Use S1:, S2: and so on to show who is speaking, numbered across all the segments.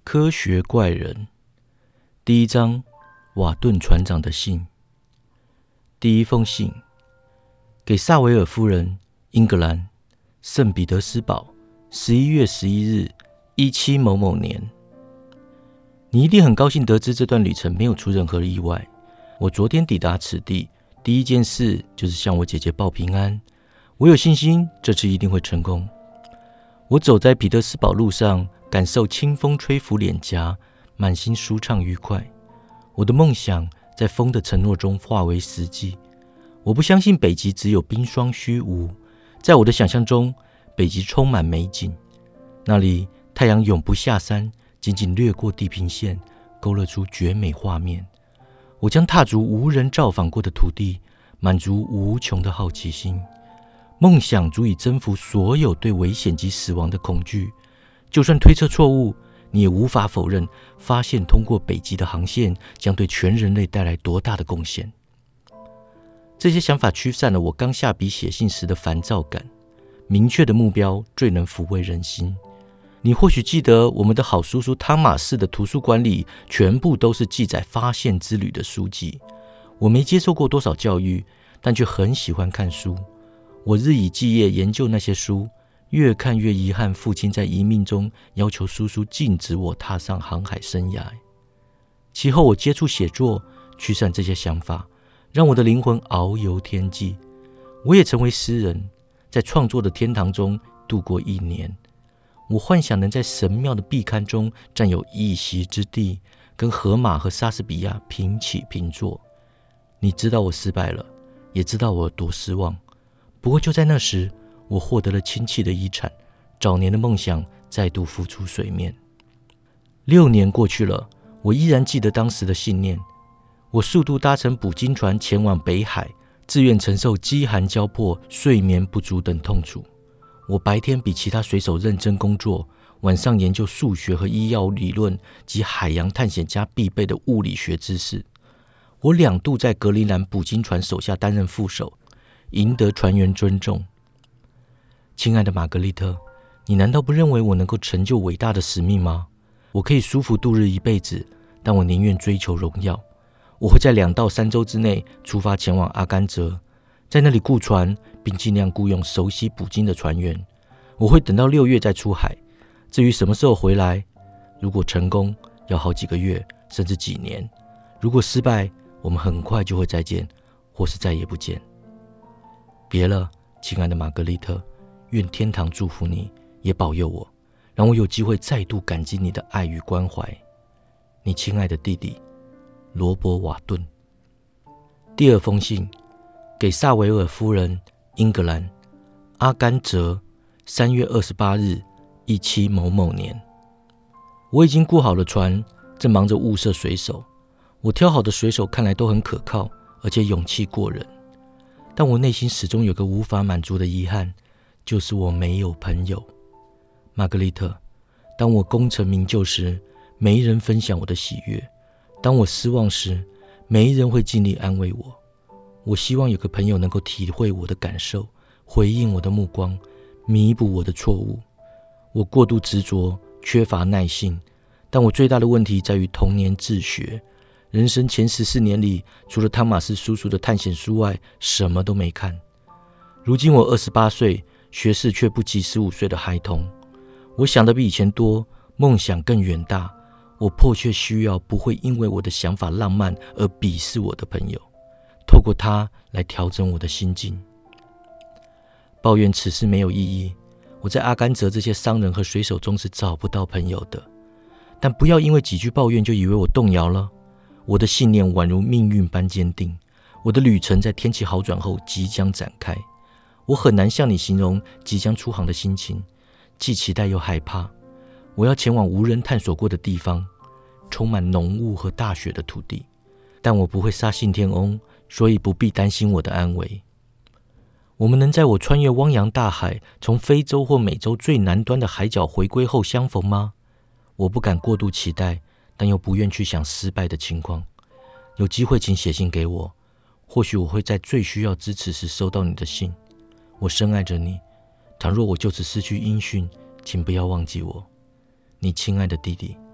S1: 科学怪人第一章，瓦顿船长的信。第一封信，给萨维尔夫人，英格兰，圣彼得斯堡，11月11日，17某某年。你一定很高兴得知这段旅程没有出任何意外。我昨天抵达此地，第一件事就是向我姐姐报平安。我有信心这次一定会成功。我走在彼得斯堡路上，感受清风吹拂脸颊，满心舒畅愉快。我的梦想在风的承诺中化为实际。我不相信北极只有冰霜虚无，在我的想象中，北极充满美景。那里太阳永不下山，仅仅掠过地平线，勾勒出绝美画面。我将踏足无人造访过的土地，满足无穷的好奇心。梦想足以征服所有对危险及死亡的恐惧。就算推测错误，你也无法否认，发现通过北极的航线将对全人类带来多大的贡献。这些想法驱散了我刚下笔写信时的烦躁感。明确的目标最能抚慰人心。你或许记得，我们的好叔叔汤马士的图书馆里全部都是记载发现之旅的书籍。我没接受过多少教育，但却很喜欢看书。我日以继夜研究那些书，越看越遗憾父亲在遗命中要求叔叔禁止我踏上航海生涯。其后我接触写作，驱散这些想法，让我的灵魂遨游天际。我也成为诗人，在创作的天堂中度过一年。我幻想能在神庙的壁龛中占有一席之地，跟荷马和莎士比亚平起平坐。你知道我失败了，也知道我有多失望。不过就在那时，我获得了亲戚的遗产，早年的梦想再度浮出水面。6年过去了，我依然记得当时的信念。我速度搭乘捕鲸船前往北海，自愿承受饥寒交迫、睡眠不足等痛楚。我白天比其他水手认真工作，晚上研究数学和医药理论及海洋探险家必备的物理学知识。我2度在格陵兰捕鲸船手下担任副手，赢得船员尊重。亲爱的玛格丽特，你难道不认为我能够成就伟大的使命吗？我可以舒服度日一辈子，但我宁愿追求荣耀。我会在2到3周之内出发前往阿甘泽，在那里雇船，并尽量雇用熟悉捕鲸的船员。我会等到6月再出海。至于什么时候回来，如果成功，要好几个月，甚至几年；如果失败，我们很快就会再见，或是再也不见。别了，亲爱的玛格丽特，愿天堂祝福你，也保佑我，让我有机会再度感激你的爱与关怀。你亲爱的弟弟，罗伯·瓦顿。第2封信，给萨维尔夫人，英格兰，阿甘泽，3月28日，17某某年。我已经雇好了船，正忙着物色水手。我挑好的水手看来都很可靠，而且勇气过人。但我内心始终有个无法满足的遗憾，就是我没有朋友。玛格丽特，当我功成名就时，没人分享我的喜悦；当我失望时，没人会尽力安慰我。我希望有个朋友能够体会我的感受，回应我的目光，弥补我的错误。我过度执着，缺乏耐性，但我最大的问题在于童年自学。人生前14年里，除了汤马斯叔叔的探险书外，什么都没看。如今我28岁，学识却不及15岁的孩童。我想的比以前多，梦想更远大。我迫切需要不会因为我的想法浪漫而鄙视我的朋友，透过他来调整我的心境。抱怨此事没有意义。我在阿甘泽这些商人和水手中是找不到朋友的。但不要因为几句抱怨就以为我动摇了。我的信念宛如命运般坚定。我的旅程在天气好转后即将展开。我很难向你形容即将出航的心情，既期待又害怕。我要前往无人探索过的地方，充满浓雾和大雪的土地。但我不会杀信天翁，所以不必担心我的安危。我们能在我穿越汪洋大海，从非洲或美洲最南端的海角回归后相逢吗？我不敢过度期待，但又不愿去想失败的情况。有机会请写信给我，或许我会在最需要支持时收到你的信。我深爱着你，倘若我就此失去音讯，请不要忘记我。你亲爱的弟弟，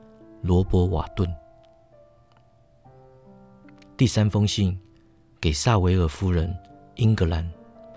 S1: 罗伯·瓦顿。第3封信给萨维尔夫人，英格兰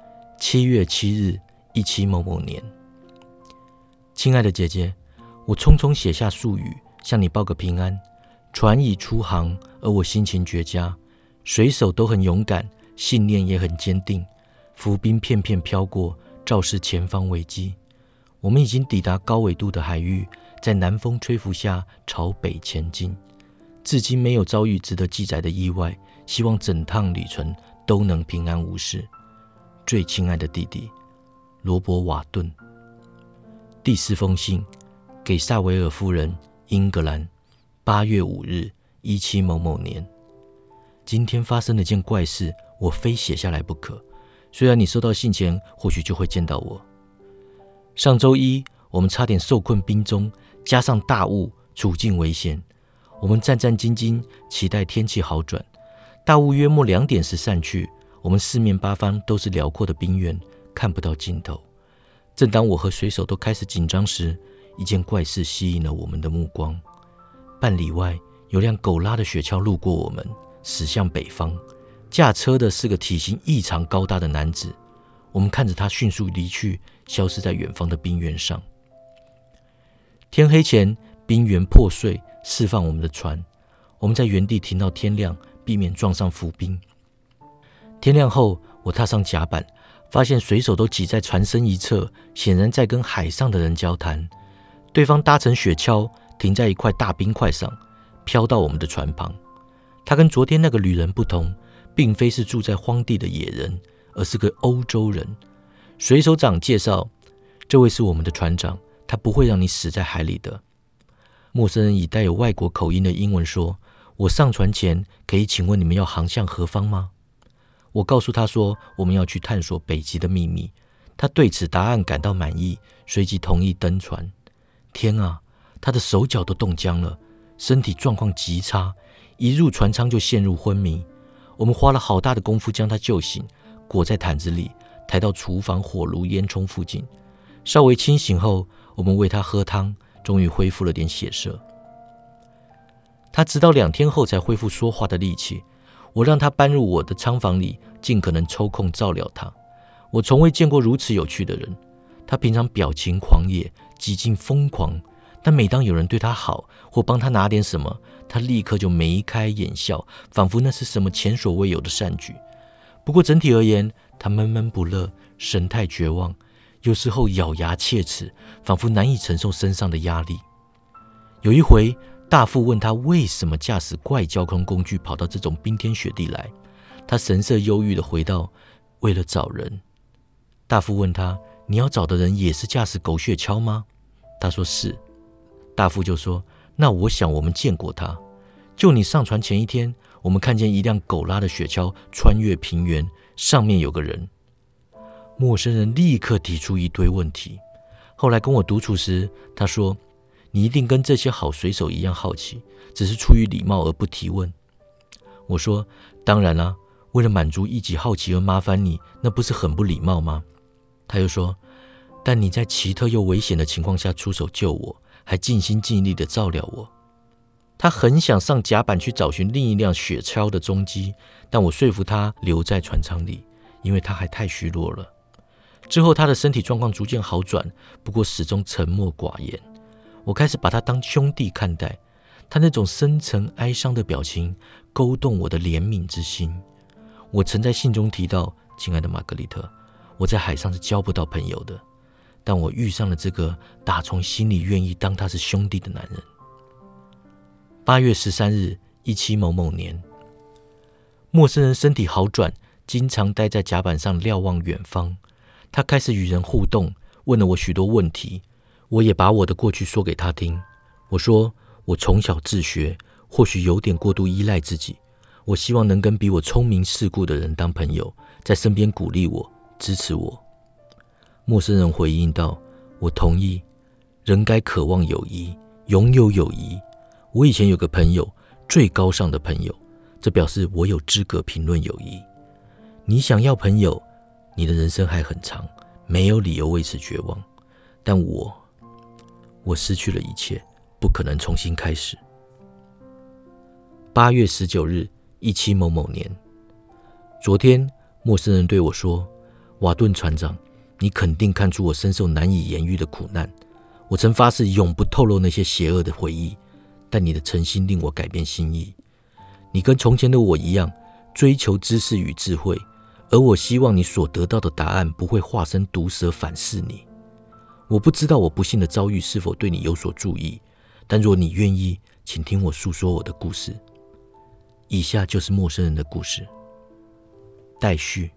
S1: ，7月7日17某某年。亲爱的姐姐，我匆匆写下数语，向你报个平安。船已出航，而我心情绝佳，水手都很勇敢，信念也很坚定。浮冰片片飘过，昭示前方危机。我们已经抵达高纬度的海域，在南风吹拂下朝北前进。至今没有遭遇值得记载的意外，希望整趟旅程都能平安无事。最亲爱的弟弟，罗伯·瓦顿。第4封信给萨维尔夫人，英格兰，8月5日17某某年。今天发生了件怪事，我非写下来不可。虽然你收到信前或许就会见到我。上周一，我们差点受困冰中，加上大雾，处境危险。我们战战兢兢，期待天气好转。大雾约莫2点时散去，我们四面八方都是辽阔的冰原，看不到尽头。正当我和水手都开始紧张时，一件怪事吸引了我们的目光。半里外有辆狗拉的雪橇路过我们，驶向北方。驾车的是个体型异常高大的男子。我们看着他迅速离去，消失在远方的冰原上。天黑前，冰原破碎，释放我们的船。我们在原地停到天亮，避免撞上浮冰。天亮后，我踏上甲板，发现水手都挤在船身一侧，显然在跟海上的人交谈。对方搭乘雪橇，停在一块大冰块上，飘到我们的船旁。他跟昨天那个旅人不同，并非是住在荒地的野人，而是个欧洲人。水手长介绍，这位是我们的船长，他不会让你死在海里的。陌生人以带有外国口音的英文说，我上船前可以请问你们要航向何方吗？我告诉他说，我们要去探索北极的秘密。他对此答案感到满意，随即同意登船。天啊，他的手脚都冻僵了，身体状况极差，一入船舱就陷入昏迷。我们花了好大的功夫将他救醒，裹在毯子里，抬到厨房火炉烟囱附近。稍微清醒后，我们喂他喝汤，终于恢复了点血色。他直到2天后才恢复说话的力气。我让他搬入我的仓房里，尽可能抽空照料他。我从未见过如此有趣的人。他平常表情狂野，几近疯狂，但每当有人对他好或帮他拿点什么，他立刻就眉开眼笑，仿佛那是什么前所未有的善举。不过整体而言，他闷闷不乐，神态绝望，有时候咬牙切齿，仿佛难以承受身上的压力。有一回，大副问他为什么驾驶怪交通工具跑到这种冰天雪地来，他神色忧郁地回道，为了找人。大副问他，你要找的人也是驾驶狗雪橇吗？他说是。大副就说，那我想我们见过他。就你上船前一天，我们看见一辆狗拉的雪橇穿越平原，上面有个人。陌生人立刻提出一堆问题。后来跟我独处时，他说，你一定跟这些好水手一样好奇，只是出于礼貌而不提问。我说，当然啦，为了满足一己好奇而麻烦你，那不是很不礼貌吗？他又说，但你在奇特又危险的情况下出手救我，还尽心尽力地照料我。他很想上甲板去找寻另一辆雪橇的踪迹，但我说服他留在船舱里，因为他还太虚弱了。之后他的身体状况逐渐好转，不过始终沉默寡言。我开始把他当兄弟看待，他那种深沉哀伤的表情勾动我的怜悯之心。我曾在信中提到，亲爱的玛格丽特，我在海上是交不到朋友的，但我遇上了这个打从心里愿意当他是兄弟的男人。8月13日17某某年。陌生人身体好转，经常待在甲板上瞭望远方。他开始与人互动，问了我许多问题。我也把我的过去说给他听。我说，我从小自学，或许有点过度依赖自己。我希望能跟比我聪明世故的人当朋友，在身边鼓励我，支持我。陌生人回应道，我同意，人该渴望友谊，拥有友谊。我以前有个朋友，最高尚的朋友，这表示我有资格评论友谊。你想要朋友，你的人生还很长，没有理由为此绝望。但我失去了一切，不可能重新开始。 8月19日17某某年。昨天，陌生人对我说：“瓦顿船长，你肯定看出我深受难以言喻的苦难。我曾发誓永不透露那些邪恶的回忆，但你的诚心令我改变心意。你跟从前的我一样，追求知识与智慧，而我希望你所得到的答案不会化身毒蛇反噬你。我不知道我不幸的遭遇是否对你有所注意，但若你愿意，请听我诉说我的故事。以下就是陌生人的故事。待续。